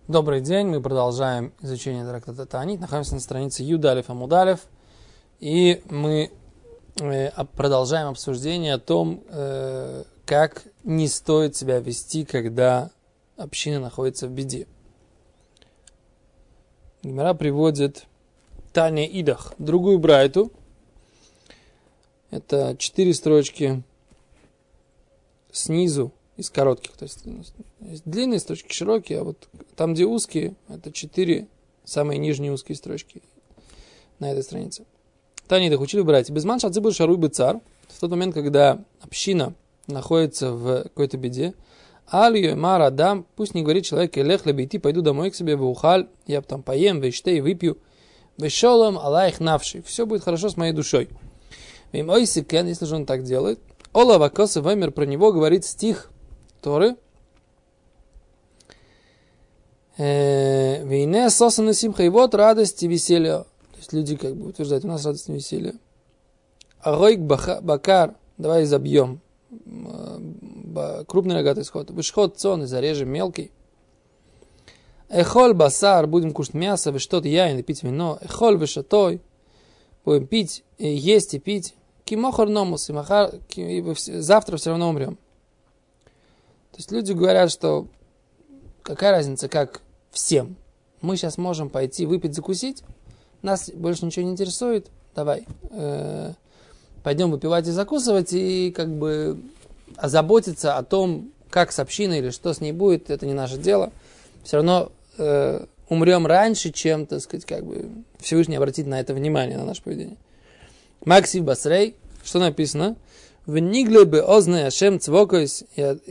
Добрый день, мы продолжаем изучение трактата Таанит. Находимся на странице Юдалев Амудалев. И мы продолжаем обсуждение о том, как не стоит себя вести, когда община находится в беде. Гемара приводит Таня Идах, другую брайту. Это 4 строчки снизу из коротких. То есть длинные строчки, широкие, а вот там, где узкие, это 4 самые нижние узкие строчки на этой странице. Таня Идах учили братья. Безман шацибур шаруй бецар. В тот момент, когда община находится в какой-то беде, алью мар адам, пусть не говорит человек, элех лебейти, пойду домой к себе, вухаль, я там поем, вештей, выпью, вешолом алайх навши, все будет хорошо с моей душой. Если же он так делает, Ола Вакоса Ваймер про него говорит стих Торы. Вейне сосана симха, и вот радость и веселье. То есть люди как бы утверждают, у нас радость и веселье. Аройк бакар, давай забьем крупный рогатый скот. Вышход цон и зарежем мелкий. Эхоль басар, будем кушать мясо, выштот яин и пить вино. Эхоль вышатой, будем пить, есть и пить. Кимохор номус, и завтра все равно умрем. То есть люди говорят, что какая разница, как всем. Мы сейчас можем пойти выпить, закусить, нас больше ничего не интересует, давай пойдем выпивать и закусывать, и как бы озаботиться о том, как с общиной или что с ней будет, это не наше дело. Все равно умрем раньше, чем, так сказать, как бы Всевышний обратит на это внимание, на наше поведение. Максив Басрей, что написано? В нигле бы озне Ашем цвокойс,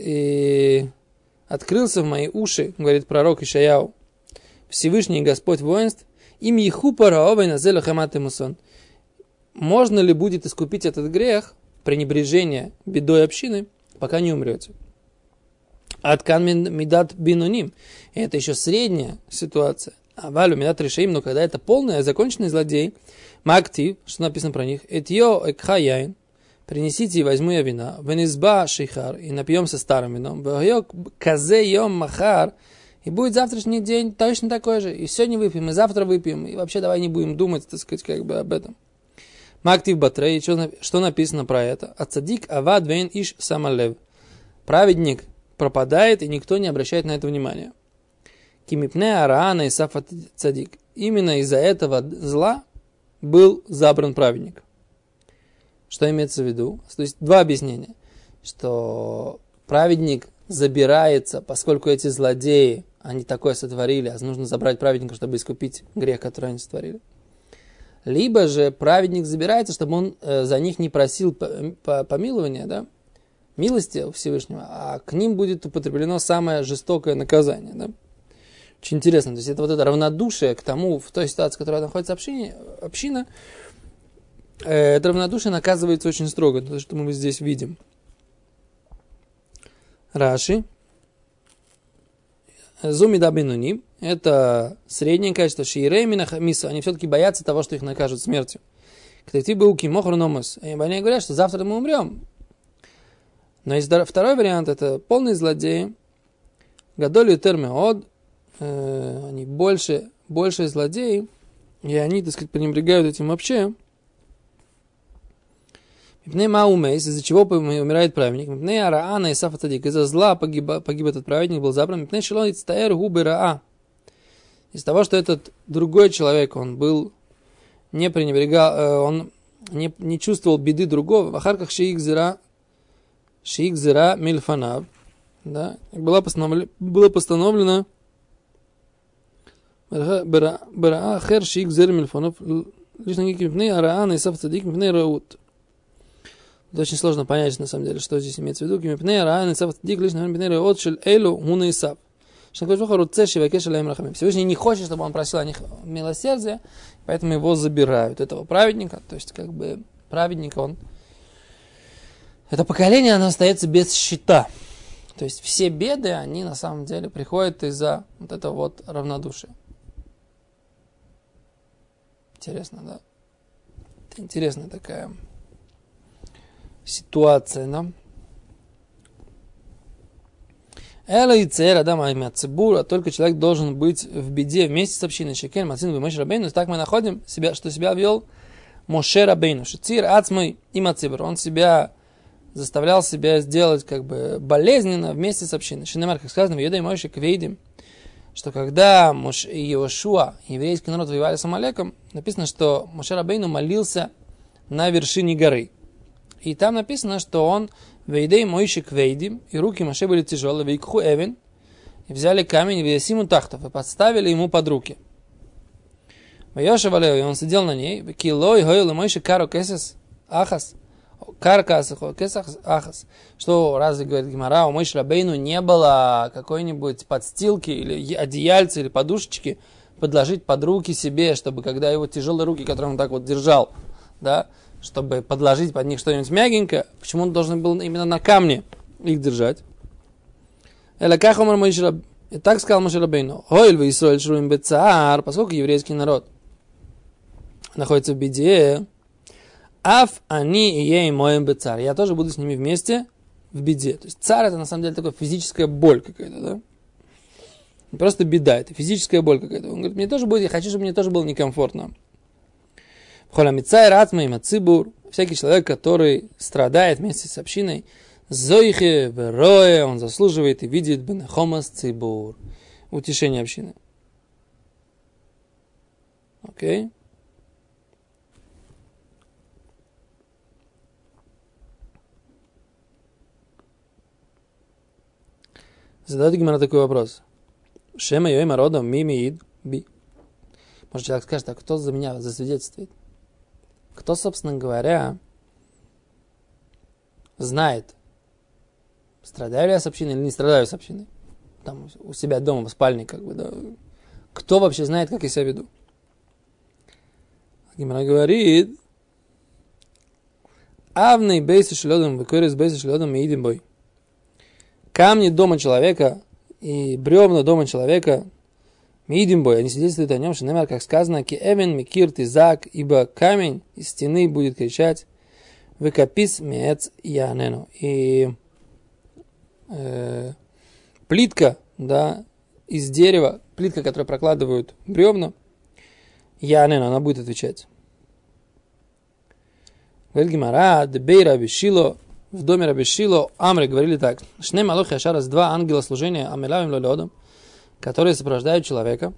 и открылся в мои уши, говорит пророк Ишаяу, Всевышний Господь воинств, им еху параовой на зелю хаматы мусон. Можно ли будет искупить этот грех, пренебрежение бедой общины, пока не умрете? Аткан мидат бинуним. Это еще средняя ситуация. А валю мидат решаим, но когда это полный, законченный злодей, мактив, что написано про них, этьо экхаяин, принесите и возьму я вина, венизба шейхар, и напьемся старым вином, вайок казе йом махар, и будет завтрашний день точно такой же, и сегодня выпьем, и завтра выпьем, и вообще давай не будем думать, так сказать, как бы об этом. Мактив батрей, что написано про это? Ацадик авад вейн иш самалев. Праведник пропадает, и никто не обращает на это внимания. Кимипне араана и сафат цадик. Именно из-за этого зла был забран праведник. Что имеется в виду? То есть два объяснения. Что праведник забирается, поскольку эти злодеи, они такое сотворили, а нужно забрать праведника, чтобы искупить грех, который они сотворили. Либо же праведник забирается, чтобы он за них не просил помилования, да, милости у Всевышнего, а к ним будет употреблено самое жестокое наказание. Да? Очень интересно. То есть это вот это равнодушие к тому, в той ситуации, в которой находится община, это равнодушие наказывается очень строго. То, что мы здесь видим. Раши. Зумида бинуним. Это среднее качество. Шиирей минахамиса. Они все-таки боятся того, что их накажут смертью. Ктати был кимохр номос. И они говорят, что завтра мы умрем. Но есть второй вариант. Это полные злодеи. Гадоли термеод. Они больше злодеи. И они, так сказать, пренебрегают этим вообще. Из-за чего умирает праведник? Из-за зла погиб этот праведник, был забран. Из-за того, что этот другой человек, он был не пренебрегал, он не чувствовал беды другого. В ахарках шиик зира мильфанав. Да? Было постановлено ахер шиик зира мильфанав. Лишь на какие мифны араана и сафцадик мифны раут. Это очень сложно понять, на самом деле, что здесь имеется в виду. Всевышний не хочет, чтобы он просил о них милосердия, поэтому его забирают, этого праведника. То есть, как бы, праведник, это поколение, оно остается без щита. То есть, все беды, они на самом деле приходят из-за вот этого вот равнодушия. Интересно, да? Это интересная такая ситуация, да? Эла и цера, да, цибура, только человек должен быть в беде вместе с общиной. Шекен, Мацин, Моше Рабейну. Так мы находим, что себя вел Моше Рабейну. Шицир, ацмой и мацибр. Он заставлял себя сделать как бы болезненно вместе с общиной. Шинемар, как сказано, в Юдей Моше Квейдим, что когда Йошуа, еврейский народ, воевали с Амалеком, написано, что Моше Рабейну молился на вершине горы. И там написано, что он «Вейдей Моше Квейдим», и руки Моше были тяжелые, «Вейкху Эвен», и взяли камень, «Вейсиму Тахтов», и подставили ему под руки. «Вейоша Валео», и он сидел на ней, «Килой Хойл Моше Каро Кесес Ахас», Ахас. Что, разве, говорит Гемара, у Моше Рабейну не было какой-нибудь подстилки или одеяльца или подушечки подложить под руки себе, чтобы когда его тяжелые руки, которые он так вот держал, да, чтобы подложить под них что-нибудь мягенькое, почему он должен был именно на камне их держать? И так сказал Моше Рабейну, поскольку еврейский народ находится в беде, Аф они и ей моем бецар. Я тоже буду с ними вместе в беде. То есть царь это на самом деле такая физическая боль какая-то, да? Не просто беда, это физическая боль какая-то. Он говорит, мне тоже будет, я хочу, чтобы мне тоже было некомфортно. Холамицай ратма и мацибур. Всякий человек, который страдает вместе с общиной, зоихе верое, он заслуживает и видит бенехомас цибур. Утешение общины. Окей? Задает Гемара такой вопрос. Шема йоим ародом мимиид би. Может, человек скажет, а кто за меня засвидетельствует? Кто, собственно говоря, знает, страдаю ли я с общиной или не страдаю с общиной? Там у себя дома, в спальне, как бы, да. Кто вообще знает, как я себя веду? Гемара говорит, Авный бейсы шлёдом, выкорис бейсы шлёдом и идем бой. Камни дома человека и бревна дома человека, мидим бой, они свидетельствуют о нем, что, например, как сказано, ки эвен микир тизак, ибо камень из стены будет кричать, выкапис мец янену. И плитка, да, из дерева, плитка, которую прокладывают бревна, янену, она будет отвечать. Говорит Гемара, дебей Раби Шило, в доме Раби Шило, Амри говорили так. Шне малохи ашарас, два ангела служения, амелавим лолодом, которые сопровождают человека.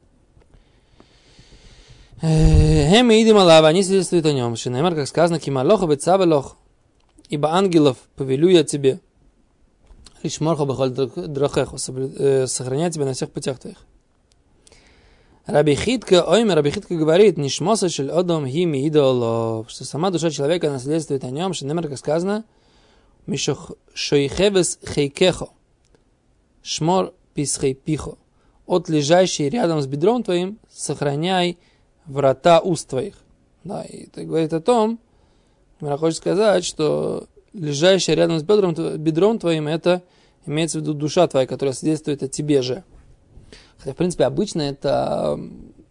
Хем и идим алава, они свидетельствуют о нем. Шинаймар, как сказано, кималоха бецабелох, ибо ангелов повелю я тебе. Лишморха бахоль драхеху, сохранять тебя на всех путях твоих. Раби Хитка говорит, нишмоса шель одом хими идолов, что сама душа человека наследствует о нем, что, например, как сказано, мишох шойхевес хейкехо, шмор писхейпихо, от лежащей рядом с бедром твоим сохраняй врата уст твоих. Да, и это говорит о том, я хочу сказать, что лежащая рядом с бедром твоим, это имеется в виду душа твоя, которая свидетельствует о тебе же. Хотя, в принципе, обычно это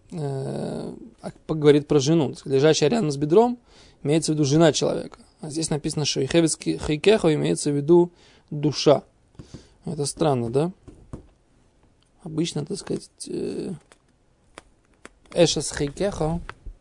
говорит про жену. Лежащая рядом с бедром имеется в виду жена человека. А здесь написано, что «Ихевец хейкехо» имеется в виду душа. Это странно, да? Обычно, так сказать, «Эшес хейкехо».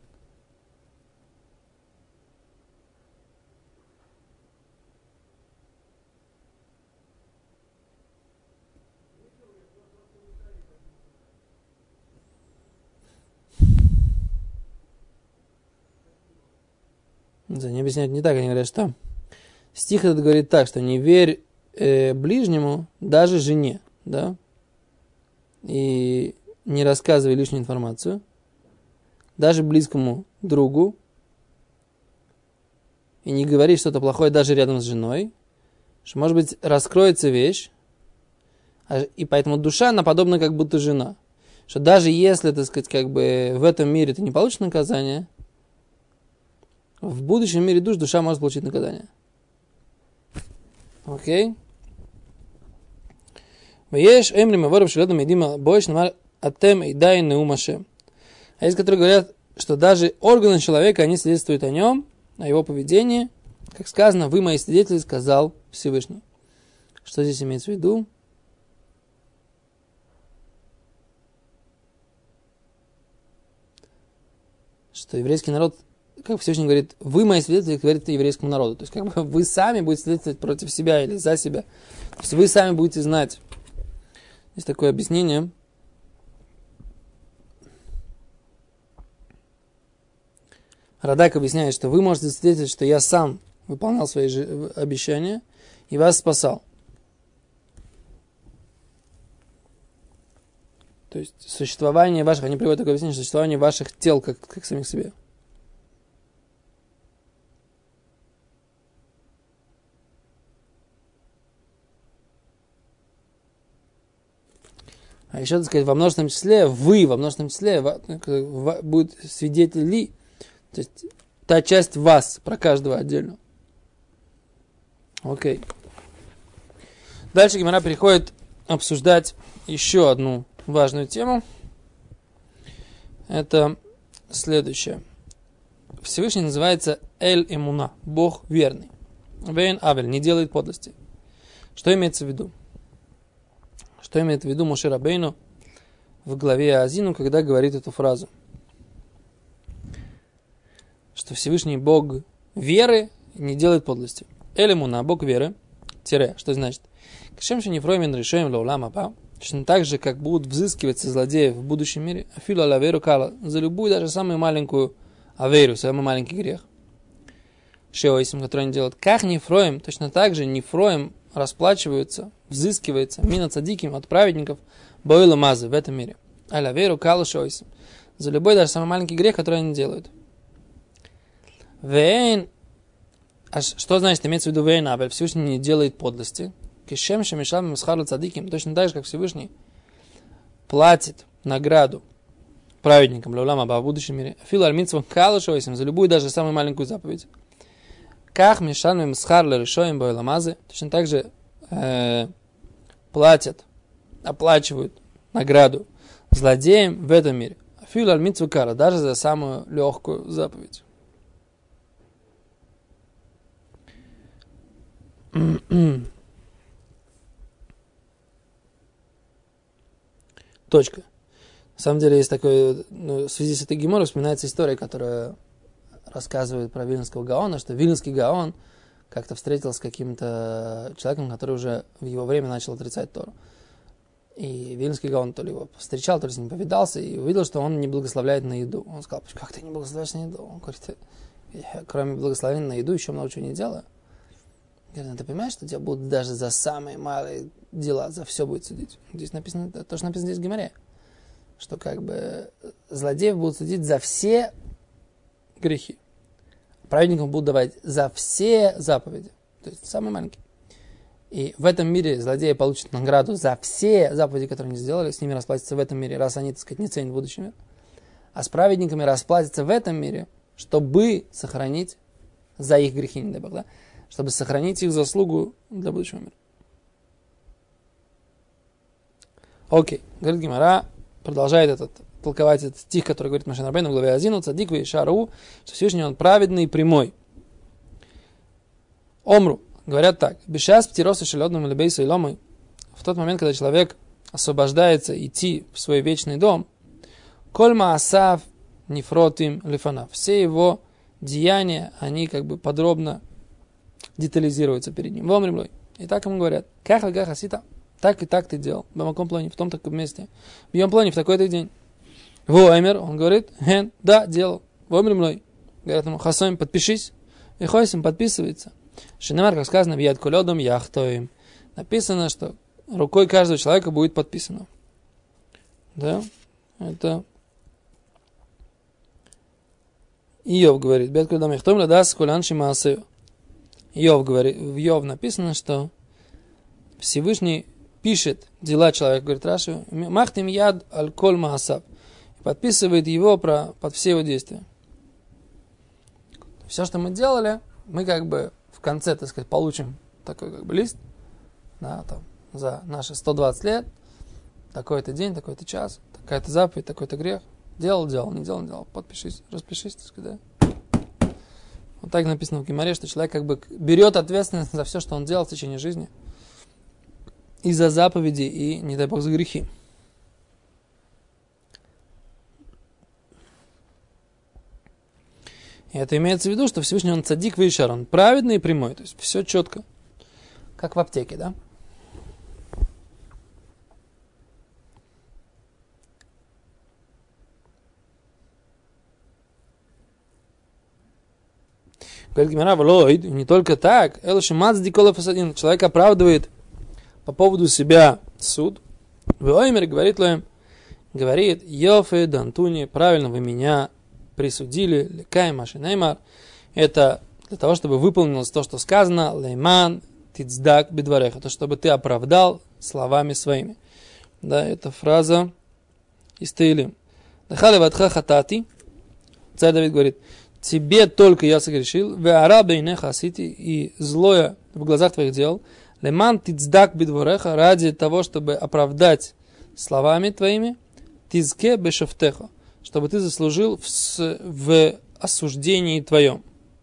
Они объясняют не так, они говорят, что стих этот говорит так, что не верь ближнему, даже жене, да, и не рассказывай лишнюю информацию, даже близкому другу, и не говори что-то плохое даже рядом с женой, что, может быть, раскроется вещь, и поэтому душа, она подобна как будто жена, что даже если, так сказать, как бы в этом мире ты не получишь наказание, в будущем мире душа может получить наказание. Окей? Есть эмри маворов шелодом едима боиш намар атем и дай неумаше. А есть, которые говорят, что даже органы человека, они свидетельствуют о нем, о его поведении. Как сказано, вы мои свидетели, сказал Всевышний. Что здесь имеется в виду? что еврейский народ, как Всевышний говорит, вы мои свидетели, говорит еврейскому народу. То есть, как бы вы сами будете свидетельствовать против себя или за себя. То есть, вы сами будете знать. Есть такое объяснение. Радак объясняет, что вы можете свидетельствовать, что я сам выполнял свои обещания и вас спасал. То есть существование ваших, они приводят такое объяснение, существование ваших тел, как самих себе. А еще, так сказать, во множественном числе, во множественном числе будет свидетели, то есть та часть вас, про каждого отдельно. Окей. Дальше Гемара переходит обсуждать еще одну важную тему. Это следующее. Всевышний называется Эль-Эмуна, Бог верный. Вейн Авель, не делает подлости. Что имеется в виду? Что имеет в виду Моше Рабейну в главе Азину, когда говорит эту фразу? Что Всевышний Бог веры не делает подлости. Эль-Эмуна, Бог веры, тире, что значит? Кшемши нефроймен решаем лаулам апа. Точно так же, как будут взыскиваться злодеи в будущем мире, афилу алаверу кала, за любую, даже самую маленькую аверу, самый маленький грех. Шеоисим, который они делают. Как нефроем, точно так же нефроем расплачиваются, взыскивается мина цадиким от праведников боила мазы в этом мире. Алаверу кала шеоисим. За любой, даже самый маленький грех, который они делают. Вейн. А что значит, имеется в виду вейн авель? Всевышний не делает подлости. Кишем шемишам мисхару цадиким. Точно так же, как Всевышний платит награду праведникам леулам аба в будущем мире. Фил альмитсвам кала шоисим. За любую, даже самую маленькую заповедь. Ках мишам мисхар лерешоим боила мазы. Точно так же оплачивают награду злодеям в этом мире. Фил альмитсву кара. Даже за самую легкую заповедь. Точка. На самом деле есть такое, в связи с этой геморой вспоминается история, которая рассказывает про Вильнского Гаона, что Вильнский Гаон как-то встретился с каким-то человеком, который уже в его время начал отрицать Тору. И Вильнский Гаон то ли его встречал, то ли с ним повидался, и увидел, что он не благословляет на еду. Он сказал: как ты не благословляешь на еду? Он говорит: кроме благословения на еду еще много чего не делаю. Говорит: ты понимаешь, что тебя будут даже за самые малые дела, за все будет судить? Здесь написано, то, что написано здесь в Гемаре, что как бы злодеев будут судить за все грехи. Праведникам будут давать за все заповеди. То есть самые маленькие. И в этом мире злодеи получат награду за все заповеди, которые они сделали. С ними расплатятся в этом мире, раз они, так сказать, не ценят будущий мир. А с праведниками расплатятся в этом мире, чтобы сохранить за их грехи, не дай Бог, да? Чтобы сохранить их заслугу для будущего мира. Окей. Говорит Гемара, продолжает толковать этот стих, который говорит Моше Рабейну в главе Азину, цадик ве шару, что Всевышний он праведный и прямой. Омру. Говорят так. Бешас птиросы шелодным или бейсу и ломой. В тот момент, когда человек освобождается идти в свой вечный дом, кольма асав нефротим лифанав. Все его деяния, они как бы подробно детализируются перед ним. Вомримлой. И так ему говорят: каха гахасита, так и так ты делал. В маком плане, в том таком месте. В йом плане, в такой-то день. Воэмер, он говорит: хен, да, делал. Вомримлой. Говорят ему: хасоим, подпишись. И хойсим подписывается. Шинамар, как сказано, в яд колодом яхтоим. Написано, что рукой каждого человека будет подписано. Да? Это Иов говорит: в яд колодом яхтоим ладас кулянши маасею. Иов говорит, в Иов написано, что Всевышний пишет дела человека, говорит Раши, махтим яд аль-коль маасав, подписывает его под все его действия. Все, что мы делали, мы как бы в конце, так сказать, получим такой как бы лист, да, там, за наши 120 лет, такой-то день, такой-то час, такая-то заповедь, такой-то грех. Делал, не делал, подпишись, распишись, так сказать, да. Вот так написано в Гемаре, что человек как бы берет ответственность за все, что он делал в течение жизни. И за заповеди, и, не дай Бог, за грехи. И это имеется в виду, что Всевышний он цадик вейшар, он праведный и прямой, то есть все четко, как в аптеке, да? Говорит Гемара, Волойд, не только так, человек оправдывает по поводу себя суд. Воймер говорит Лоем, говорит, Йофе Дантуни, правильно вы меня присудили, лекай маши неймар. Это для того, чтобы выполнилось то, что сказано, лейман тицдак бедвареха, то, чтобы ты оправдал словами своими. Да, это фраза из Таилим. Дахали ватха хатати, царь Давид говорит, тебе только я согрешил, и злое в глазах твоих делал, леман тицдак бедвореха, ради того, чтобы оправдать словами твоими, тизке бешафтеха, чтобы ты заслужил в осуждении твоем.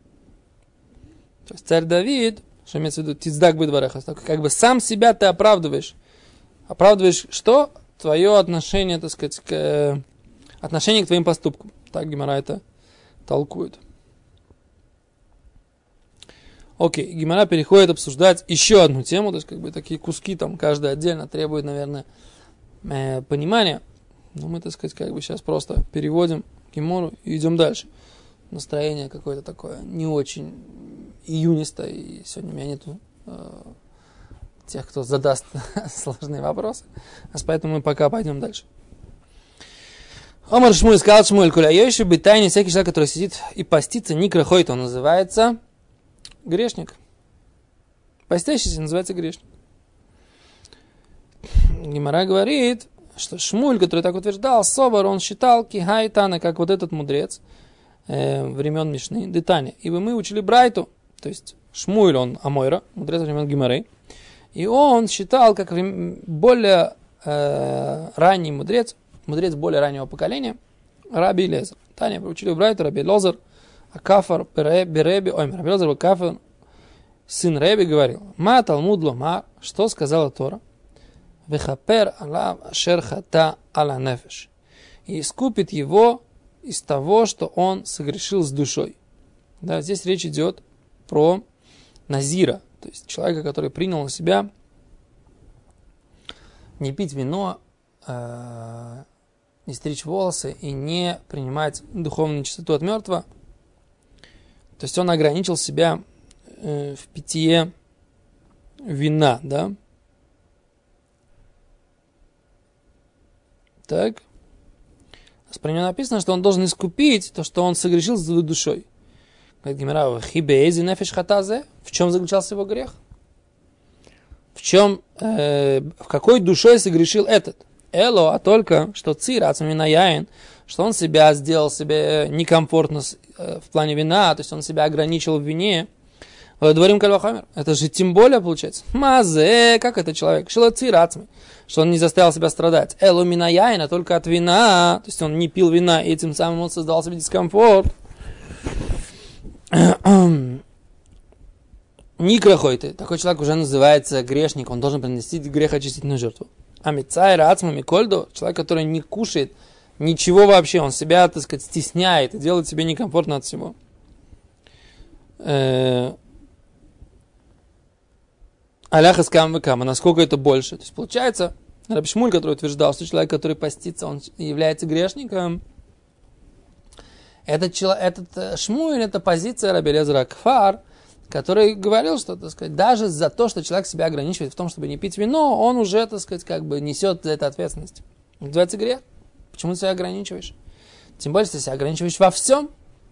То есть царь Давид, что имеется в виду, тицдак бедвореха, как бы сам себя ты оправдываешь. Оправдываешь что? Твое отношение, так сказать, отношение к твоим поступкам. Так Гемара это толкует. Окей, Гемара переходит обсуждать еще одну тему, то есть как бы такие куски там каждый отдельно требует, наверное, понимания. Но мы, так сказать, как бы сейчас просто переводим Гемору и идем дальше. Настроение какое-то такое не очень июнистое, и сегодня у меня нету тех, кто задаст сложные вопросы. Поэтому мы пока пойдем дальше. Омар Шмуэль сказал Шмуэль, коля еще бы тайне всякий человек, который сидит и постится, никрахойт, он называется грешник. Постящийся называется грешник. Гемара говорит, что Шмуэль, который так утверждал, Собор, он считал кихайтана, как вот этот мудрец времен Мишны, Детани. Ибо мы учили Брайту, то есть Шмуэль, он Амойра, мудрец времен Гемары, и он считал, как более ранний мудрец более раннего поколения, Раби Лезер. Таня проучили в Брайту, Раби Лозер, Акафар, Береби, Раби Лозер, Акафар, сын Реби, говорил, Ма Талмуд Лома, что сказала Тора? Вехапер алав ашер хата ала нефеш. И искупит его из того, что он согрешил с душой. Да, здесь речь идет про назира, то есть человека, который принял на себя не пить вино, не стричь волосы и не принимать духовную чистоту от мертвого. То есть он ограничил себя в питье вина, да? Так. Про него написано, что он должен искупить то, что он согрешил с душой. Говорит Гемара, хибейзи нефеш хатазе. В чем заключался его грех? В какой душой согрешил этот? Эло, а только, что цир, ацминаяин, что он себя сделал себе некомфортно в плане вина, то есть он себя ограничил в вине. Дворим кальвахамер. Это же тем более получается. Мазе, как это человек? Шило цир ацми, что он не заставил себя страдать. Эло минаяин, а только от вина, то есть он не пил вина, и этим самым он создал себе дискомфорт. Никрахойты. Такой человек уже называется грешник, он должен принести грехочистительную жертву. Амицайр ацма микольдо, человек, который не кушает ничего вообще, он себя, так сказать, стесняет и делает себе некомфортно от всего. Аляха скам векама, насколько это больше? То есть получается, Раби Шмуль, который утверждал, что человек, который постится, он является грешником. Этот Шмуль, это позиция Раби Лезера Акфар, который говорил, что, так сказать, даже за то, что человек себя ограничивает в том, чтобы не пить вино, он уже, так сказать, как бы несет за это ответственность. Называется грех. Почему ты себя ограничиваешь? Тем более, если ты себя ограничиваешь во всем.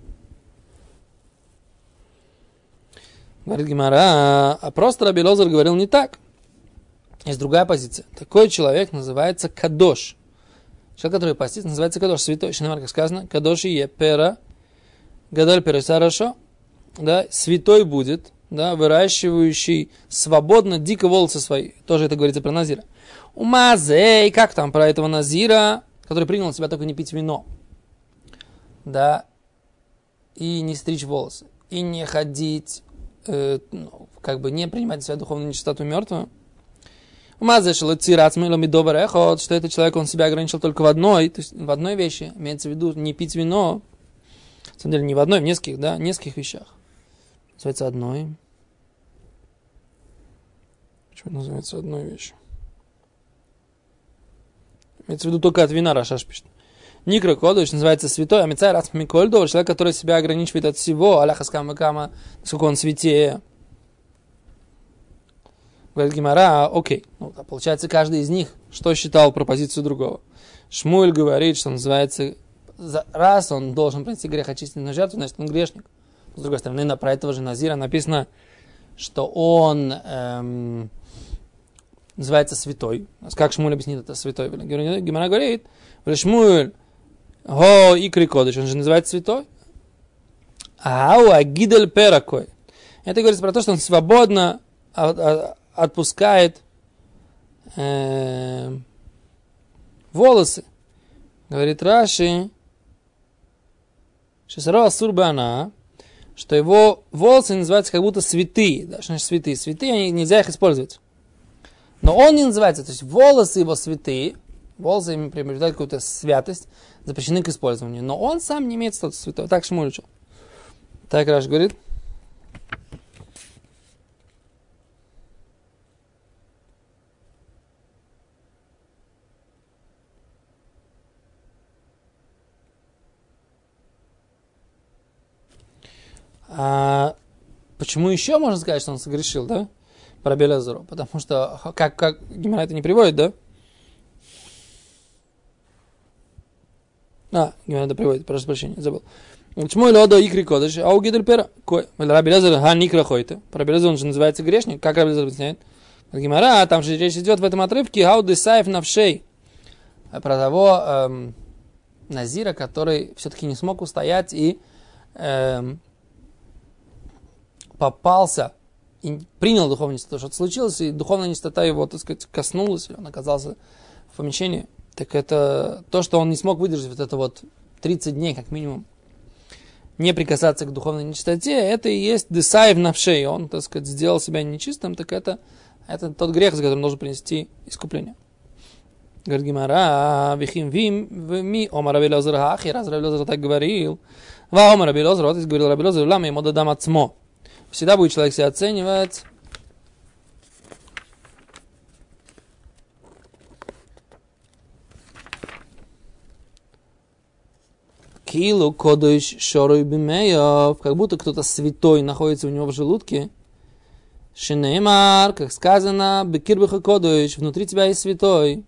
Говорит Гемара, а просто Раби Лозер говорил не так. Есть другая позиция. Такой человек называется кадош. Человек, который постится, называется кадош, святой. Шинамар, как сказано, кадош и пера, гадаль пера сарашо. Да, святой будет, да, выращивающий свободно, дико волосы свои. Тоже это говорится про назира. Умазей, как там про этого назира, который принял на себя только не пить вино. Да, и не стричь волосы. И не ходить, как бы не принимать на себя духовную нечистоту мертвую. Умазей, что этот человек, он себя ограничил только в одной, то есть в одной вещи, имеется в виду не пить вино. На самом деле не в одной, в нескольких, да, нескольких вещах. Называется одной. Почему называется одной вещью? Имеется в виду только от вина, Рашаш пишет. Никра Кодыш называется святой, а Мицай Рацм Микольдор, человек, который себя ограничивает от всего, Аляха Скама Кама, насколько он святее. Говорит Гемара, окей. Ну, получается, каждый из них что считал пропозицию другого. Шмуэль говорит, что называется, раз он должен принести грех очистительную жертву, значит, он грешник. С другой стороны, про этого же Назира написано, что он называется святой. Как Шмуэль объяснит это святой? Гемара говорит, Шмуэль, го икри кодыш, он же называется святой. Ау, агидель перакой. Это говорится про то, что он свободно отпускает волосы. Говорит Раши, что его волосы называются как будто святые. Да, что значит святые? Святые, нельзя их использовать. Но он не называется, то есть волосы его святые, волосы им приобретают какую-то святость, запрещены к использованию. Но он сам не имеет статуса святого. Так Шмуэль учил. Так Раши говорит. А почему еще можно сказать, что он согрешил, да? Про Белязару. Потому что, как Гемара это не приводит, да? Гемара это приводит, прошу прощения, забыл. Почему или ода икри кодыш, а у гидель пера? Раби Белязар ха никра хойте. Про Белязар он же называется грешник. Как Раби Белязар объясняет? Гемара, там же речь идет в этом отрывке, хау десаев навшей. Про того Назира, который все-таки не смог устоять и попался и принял духовную нечистоту, что-то случилось, и духовная нечистота его, так сказать, коснулась, и он оказался в помещении. Так это то, что он не смог выдержать вот это вот 30 дней, как минимум, не прикасаться к духовной нечистоте, это и есть десаев навшей. Он, так сказать, сделал себя нечистым, так это тот грех, за которым должен принести искупление. Говорит Гемара, вихим вим ми омар Раби Элиэзер хахи, раз Раби Элиэзер так говорил, ва омар Раби Элиэзер, вот говорил Раби Элиэзер, лама ему дадам ацмо. Всегда будет человек себя оценивать килу кодыш шорой бимеев, как будто кто-то святой находится у него в желудке. Шинеймар, как сказано, бекирбеха кодыш, внутри тебя есть святой.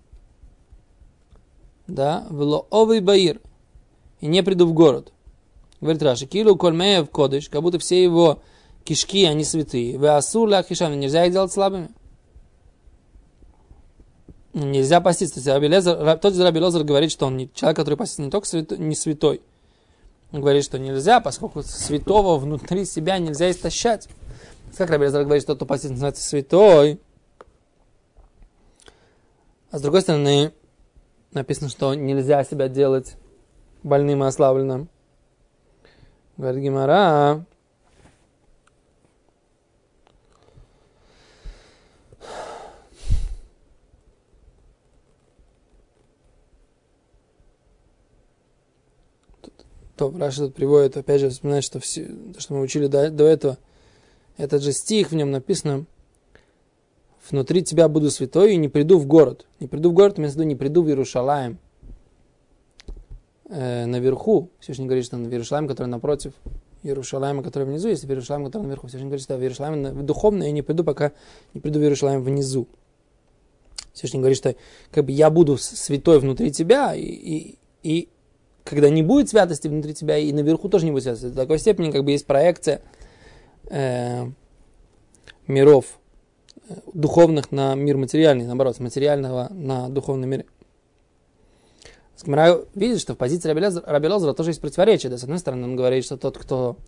Да, вело овый баир, и не приду в город. Говорит Раши, килу кольмеев кодыш, как будто все его кишки, они святые. Вы асур ля хишам, нельзя их делать слабыми. Нельзя поститься. Тот же Раби Элиэзер говорит, что он человек, который постится не только не святой. Он говорит, что нельзя, поскольку святого внутри себя нельзя истощать. Как Раби Элиэзер говорит, что тот постится называется святой. А с другой стороны, написано, что нельзя себя делать больным и ослабленным. Говорит Гемара. То Раши тут приводит, опять же, вспоминает, что все, что мы учили до этого, этот же стих, в нем написано, внутри тебя буду святой и не приду в город. Не приду в город, имеется в виду, не приду в Иерушалаим. Наверху, Всевышний говорит, что в Иерушалаим, который напротив Иерушалаима, который внизу, если в Иерушалаим, который наверху. Всевышний говорит, что в Иерушалаим духовно, я не приду, пока не приду в Иерушалаим внизу. Всевышний говорит, что как бы я буду святой внутри тебя, и когда не будет святости внутри тебя, и наверху тоже не будет святости. В такой степени как бы есть проекция миров духовных на мир материальный, наоборот, с материального на духовный мир. Гемара видит, что в позиции Раби Элиэзера тоже есть противоречие. Да? С одной стороны, он говорит, что тот,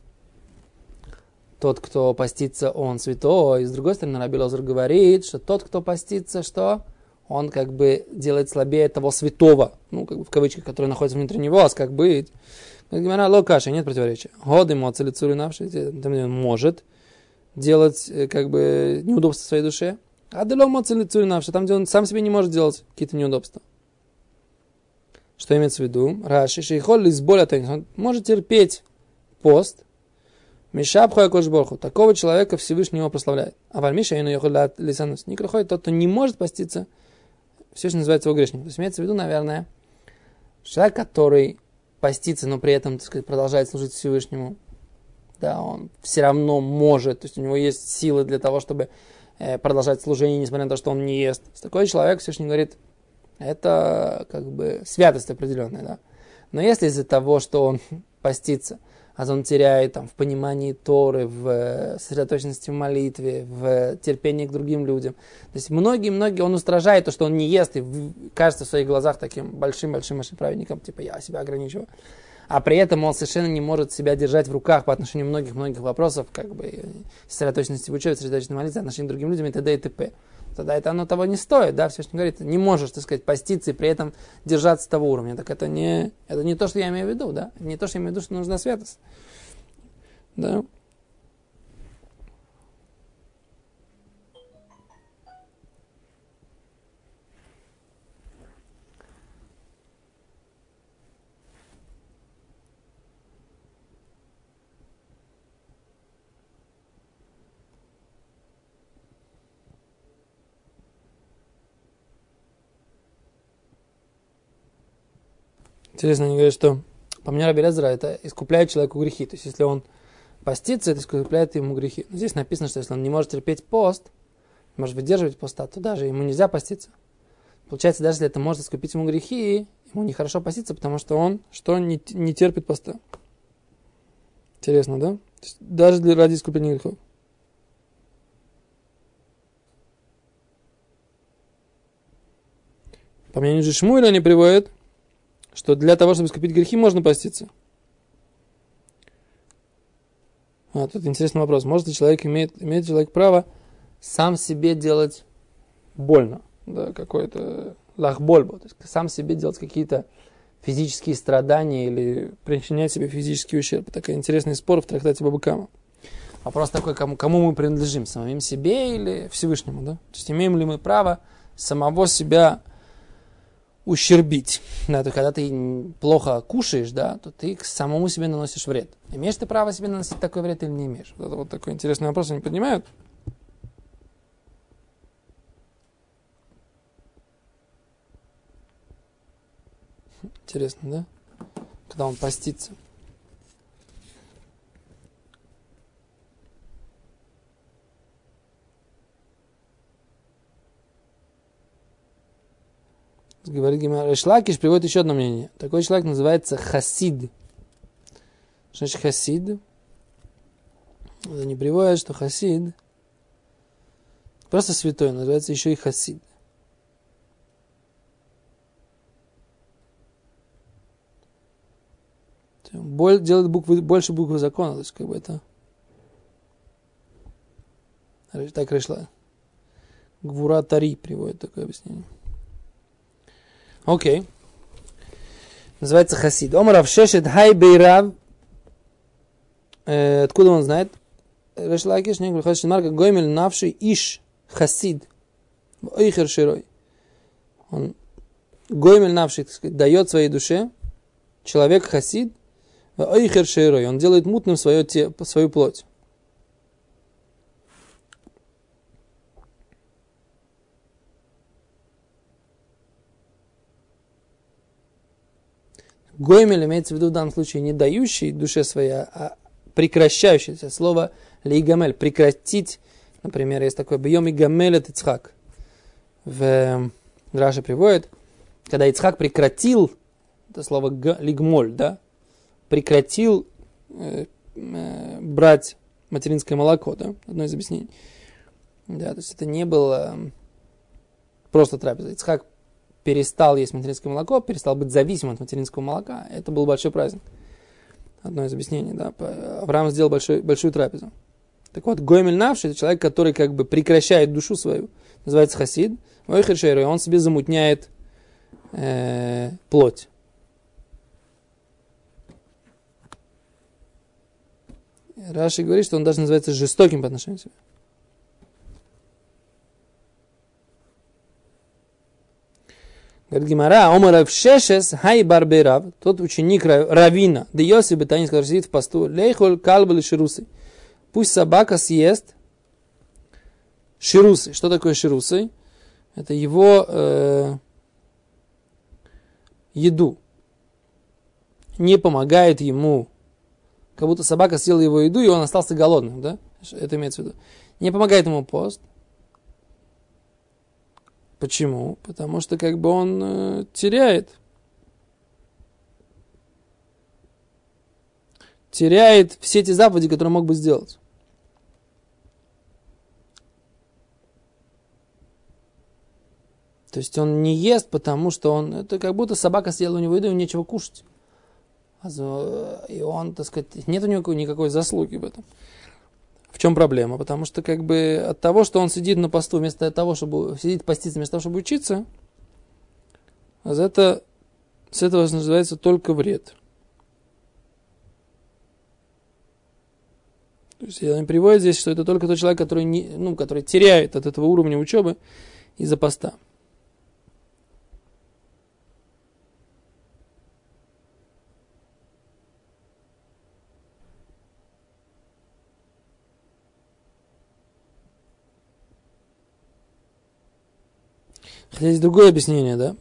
кто постится, он святой. И с другой стороны, Раби Элиэзер говорит, что тот, кто постится, что он как бы делает слабее того святого, ну, как бы в кавычках, который находится внутри него, а как быть. Гемара локаша, нет противоречия. Год ему оцелицури навши, он может делать как бы неудобства своей душе. А делом оцелицури навши, там, где он сам себе не может делать какие-то неудобства. Что имеется в виду? Раши, шейхоль из боли, он может терпеть пост, Мишабхуя Кошборху, такого человека Всевышний его прославляет. А вальмиша ину ехал лисанус. Не проходит тот, кто не может поститься, Всевышний называется его грешником. То есть имеется в виду, наверное, человек, который постится, но при этом, так сказать, продолжает служить Всевышнему, да, он все равно может, то есть у него есть силы для того, чтобы продолжать служение, несмотря на то, что он не ест. Такой человек Всевышний говорит, это как бы святость определенная, да. Но если из-за того, что он постится, а он теряет там, в понимании Торы, в сосредоточенности в молитве, в терпении к другим людям. То есть многие, он устражает то, что он не ест, и кажется в своих глазах таким большим-большим праведником, типа я себя ограничиваю. А при этом он совершенно не может себя держать в руках по отношению многих вопросов, как бы сосредоточенности в учебе, сосредоточенности в молитве, отношению к другим людям и т.д. и т.п. Тогда это оно того не стоит, да, Всевышний говорит, не можешь, так сказать, поститься и при этом держаться того уровня. Так это не то, что я имею в виду, да, не то, что я имею в виду, что нужна святость, да. Интересно, они говорят, что по мнению Раби Элиэзера это искупляет человеку грехи. То есть, если он постится, это искупляет ему грехи. Но здесь написано, что если он не может терпеть пост, не может выдерживать поста, то даже ему нельзя поститься. Получается, даже если это может искупить ему грехи, ему нехорошо поститься, потому что он не терпит поста. Интересно, да? То есть, даже ради искупления грехов. По мнению же Шмуэля они приводят, что для того, чтобы искупить грехи, можно поститься. Тут интересный вопрос. Может ли человек, имеет человек право сам себе делать больно? Да, какой-то лахбольбо. То есть сам себе делать какие-то физические страдания или причинять себе физический ущерб. Такой интересный спор в трактате Баба Кама. Вопрос такой, кому мы принадлежим? Самим себе или Всевышнему? Да? То есть имеем ли мы право самого себя ущербить. Да, то когда ты плохо кушаешь, да, то ты к самому себе наносишь вред. Имеешь ты право себе наносить такой вред или не имеешь? Это вот такой интересный вопрос, они поднимают. Интересно, да? Когда он постится. Говорит Гемара. Реш Лакиш приводит еще одно мнение. Такой человек называется хасид. Что значит хасид? Они приводят, что хасид просто святой, называется еще и хасид. Делает больше буквы закона, то есть как бы это так решла. Гвура Тари приводит такое объяснение. Окей. Называется хасид. Омар Авшешет Хай Бейрав. Откуда он знает? Реш Лакиш, не говорит, Марка Гоймель Навший Иш Хасид. Ойхер Широй. Он Гоймель Навший, так сказать, дает своей душе. Человек хасид. Ойхер Широй. Он делает мутным свою плоть. Гоймель имеется в виду в данном случае не дающий душе своей, а прекращающий. Слово лейгамель, прекратить. Например, есть такое бьем и гамель это Ицхак. В Раши приводит, когда Ицхак прекратил, это слово лигмоль, да, прекратил брать материнское молоко, да, одно из объяснений. Да, то есть это не было просто трапеза. Ицхак перестал есть материнское молоко, перестал быть зависимым от материнского молока. Это был большой праздник. Одно из объяснений, да. Авраам сделал большую трапезу. Так вот, Гоймель Навши, это человек, который как бы прекращает душу свою. Называется хасид. Ойхер Шейрой, он себе замутняет плоть. Раши говорит, что он даже называется жестоким по отношению к себе. Говорит Гимара, омарав шешес хай барберав, тот ученик равина, да Йоси Бетанис, который сидит в посту, лейхоль калбали ширусы. Пусть собака съест ширусы. Что такое ширусы? Это его еду. Не помогает ему, как будто собака съела его еду, и он остался голодным, да? Это имеется в виду. Не помогает ему пост. Почему? Потому что как бы он теряет все эти заповеди, которые мог бы сделать. То есть он не ест, потому что это как будто собака съела у него еду, и нечего кушать. И он, так сказать, нет у него никакой заслуги в этом. В чем проблема? Потому что как бы от того, что он сидит на посту, вместо того, чтобы сидит поститься, вместо того, чтобы учиться, с этого называется только вред. То есть он приводит здесь, что это только тот человек, который теряет от этого уровня учебы из-за поста. Хотя есть другое объяснение, да?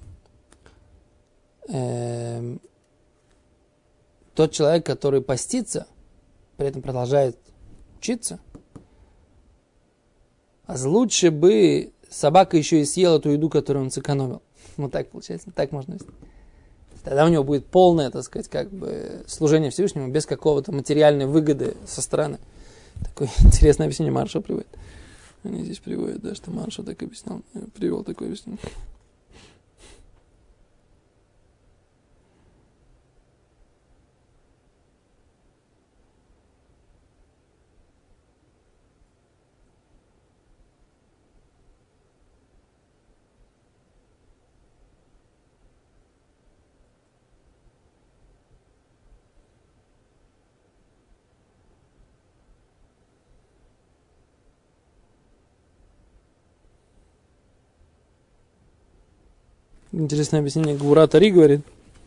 Тот человек, который постится, при этом продолжает учиться, лучше бы собака еще и съела ту еду, которую он сэкономил. Вот так получается, так можно объяснить. Тогда у него будет полное, так сказать, как бы служение Всевышнему без какого-то материальной выгоды со стороны. Такое интересное объяснение Маршал приводит. Они здесь приводят, да, что Маршал так объяснял. Я привел такое объяснение. Интересное объяснение Гвура Тари говорит,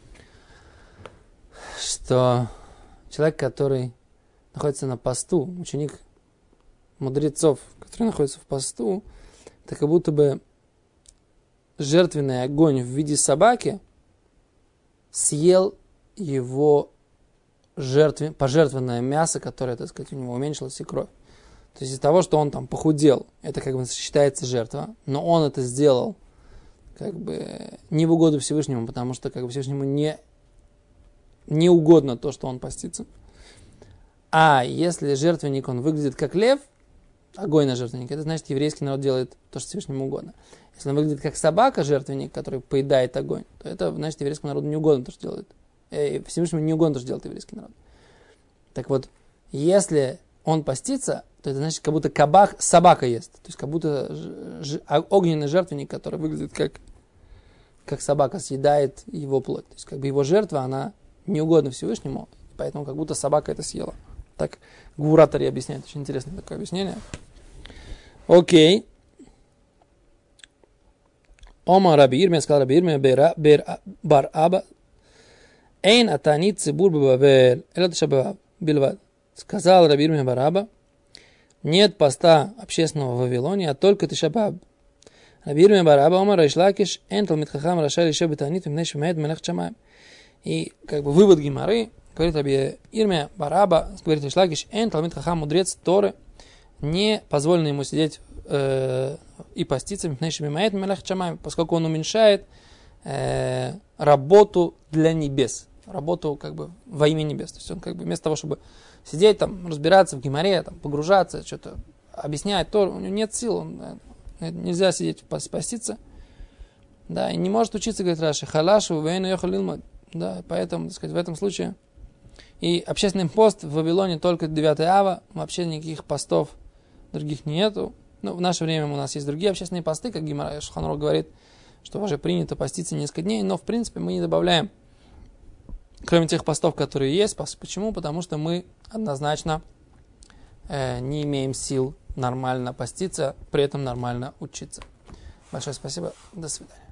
что человек, который находится на посту, ученик мудрецов, который находится в посту, это как будто бы жертвенный огонь в виде собаки съел его пожертвованное мясо, которое, так сказать, у него уменьшилось, и кровь. То есть из-за того, что он там похудел, это как бы считается жертва, но он это сделал как бы не в угоду Всевышнему, потому что как бы Всевышнему не угодно то, что он постится. А если жертвенник, он выглядит как лев, огонь на жертвеннике, это значит, еврейский народ делает то, что Всевышнему угодно. Если он выглядит как собака, жертвенник, который поедает огонь, то это значит, еврейскому народу не угодно то, что делает. Всевышнему не угодно то, что делает еврейский народ. Так вот, если он постится, то это значит, как будто собака ест. То есть, как будто огненный жертвенник, который выглядит как собака, съедает его плоть. То есть, как бы его жертва, она не угодна Всевышнему, поэтому как будто собака это съела. Так Гвура Тари объясняет. Очень интересное такое объяснение. Окей. Ома Раби Ирмия, сказал Раби Ирмия, бар Аба, эйн атанит цибур бабавель, элат шабаб, бильвад. Сказал Раби Ирмия бар Аба, нет поста общественного в Вавилоне, а только Тишабаб. Раби Ирмия бар Аба омар рейш лакиш, эйн талмид хахам рашай лише бетанит, вимней шумеет мелех чамаем. И как бы вывод Гемары, говорит Раби Ирмия бар Аба, говорит рейш лакиш, эйн талмид хахам, мудрец Торы, не позволено ему сидеть и поститься, вимней шумеет мелех чамаем, поскольку он уменьшает работу для небес, работу как бы во имя небес. То есть он как бы вместо того, чтобы сидеть там, разбираться в Гемаре, там, погружаться, что-то объяснять, то у него нет сил, нельзя сидеть поститься. Да, и не может учиться, говорит Раши, халашу, вейну йохал илмад. Да, поэтому, так сказать, в этом случае и общественный пост в Вавилоне только 9 ава, вообще никаких постов других нету. Ну, в наше время у нас есть другие общественные посты, как Гемара Шулхан Арух говорит, что уже принято поститься несколько дней, но в принципе мы не добавляем, кроме тех постов, которые есть. Почему? Потому что мы однозначно не имеем сил нормально поститься, при этом нормально учиться. Большое спасибо. До свидания.